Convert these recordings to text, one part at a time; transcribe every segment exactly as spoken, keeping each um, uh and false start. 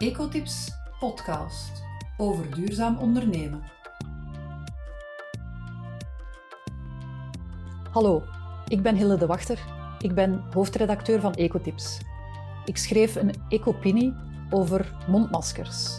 Ecotips podcast over duurzaam ondernemen. Hallo, ik ben Hille de Wachter. Ik ben hoofdredacteur van Ecotips. Ik schreef een ecopinie over mondmaskers.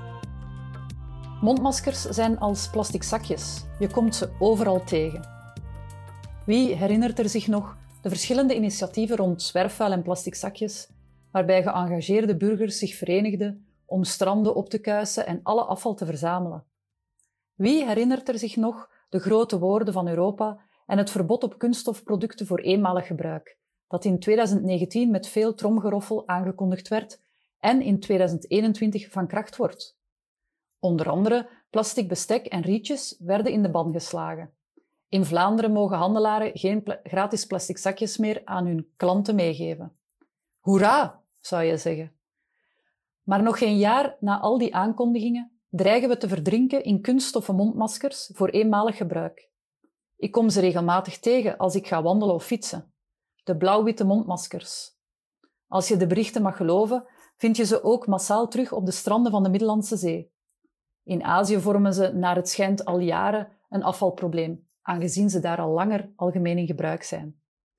Mondmaskers zijn als plastic zakjes. Je komt ze overal tegen. Wie herinnert er zich nog de verschillende initiatieven rond zwerfvuil en plastic zakjes, waarbij geëngageerde burgers zich verenigden om stranden op te kuisen en alle afval te verzamelen? Wie herinnert er zich nog de grote woorden van Europa en het verbod op kunststofproducten voor eenmalig gebruik, dat in twintig negentien met veel tromgeroffel aangekondigd werd en in twintig eenentwintig van kracht wordt? Onder andere plastic bestek en rietjes werden in de ban geslagen. In Vlaanderen mogen handelaren geen pla- gratis plastic zakjes meer aan hun klanten meegeven. Hoera, zou je zeggen. Maar nog geen jaar na al die aankondigingen dreigen we te verdrinken in kunststoffen mondmaskers voor eenmalig gebruik. Ik kom ze regelmatig tegen als ik ga wandelen of fietsen. De blauw-witte mondmaskers. Als je de berichten mag geloven, vind je ze ook massaal terug op de stranden van de Middellandse Zee. In Azië vormen ze, naar het schijnt, al jaren een afvalprobleem, aangezien ze daar al langer algemeen in gebruik zijn.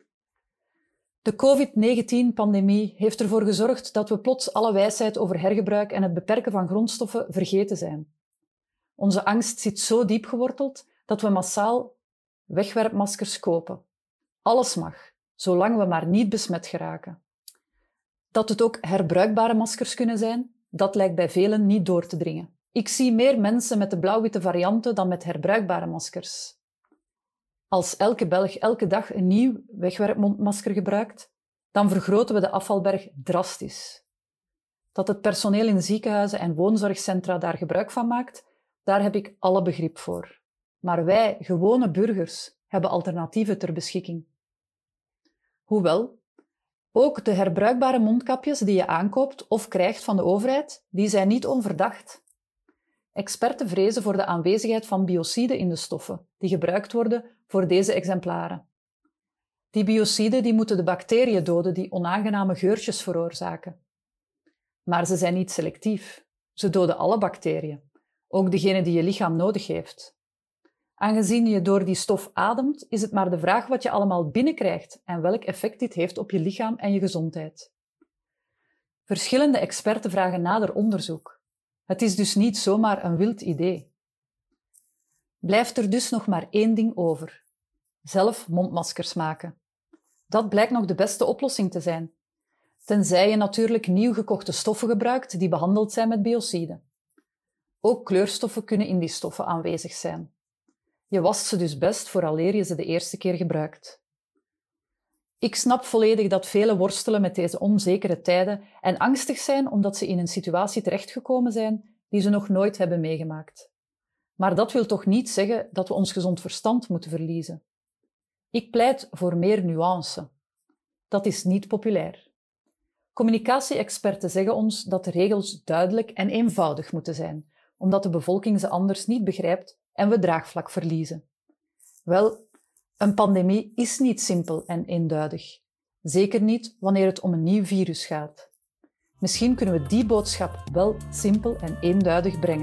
De covid negentien-pandemie heeft ervoor gezorgd dat we plots alle wijsheid over hergebruik en het beperken van grondstoffen vergeten zijn. Onze angst zit zo diep geworteld dat we massaal wegwerpmaskers kopen. Alles mag, zolang we maar niet besmet geraken. Dat het ook herbruikbare maskers kunnen zijn, dat lijkt bij velen niet door te dringen. Ik zie meer mensen met de blauw-witte varianten dan met herbruikbare maskers. Als elke Belg elke dag een nieuw wegwerpmondmasker gebruikt, dan vergroten we de afvalberg drastisch. Dat het personeel in ziekenhuizen en woonzorgcentra daar gebruik van maakt, daar heb ik alle begrip voor. Maar wij, gewone burgers, hebben alternatieven ter beschikking. Hoewel, ook de herbruikbare mondkapjes die je aankoopt of krijgt van de overheid, die zijn niet onverdacht. Experten vrezen voor de aanwezigheid van biociden in de stoffen die gebruikt worden voor deze exemplaren. Die biociden die moeten de bacteriën doden die onaangename geurtjes veroorzaken. Maar ze zijn niet selectief. Ze doden alle bacteriën, ook degene die je lichaam nodig heeft. Aangezien je door die stof ademt, is het maar de vraag wat je allemaal binnenkrijgt en welk effect dit heeft op je lichaam en je gezondheid. Verschillende experten vragen nader onderzoek. Het is dus niet zomaar een wild idee. Blijft er dus nog maar één ding over. Zelf mondmaskers maken. Dat blijkt nog de beste oplossing te zijn. Tenzij je natuurlijk nieuw gekochte stoffen gebruikt die behandeld zijn met biociden. Ook kleurstoffen kunnen in die stoffen aanwezig zijn. Je wast ze dus best vooraleer je ze de eerste keer gebruikt. Ik snap volledig dat velen worstelen met deze onzekere tijden en angstig zijn omdat ze in een situatie terechtgekomen zijn die ze nog nooit hebben meegemaakt. Maar dat wil toch niet zeggen dat we ons gezond verstand moeten verliezen. Ik pleit voor meer nuance. Dat is niet populair. Communicatie-experten zeggen ons dat de regels duidelijk en eenvoudig moeten zijn, omdat de bevolking ze anders niet begrijpt en we draagvlak verliezen. Wel, een pandemie is niet simpel en eenduidig. Zeker niet wanneer het om een nieuw virus gaat. Misschien kunnen we die boodschap wel simpel en eenduidig brengen.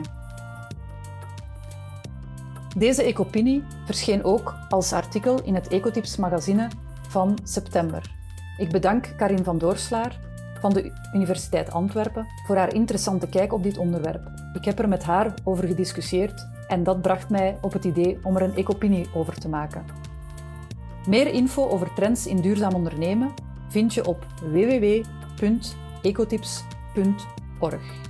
Deze ecopinie verscheen ook als artikel in het Ecotips magazine van september. Ik bedank Karin van Doorslaer van de Universiteit Antwerpen voor haar interessante kijk op dit onderwerp. Ik heb er met haar over gediscussieerd en dat bracht mij op het idee om er een ecopinie over te maken. Meer info over trends in duurzaam ondernemen vind je op w w w punt ecotips punt org.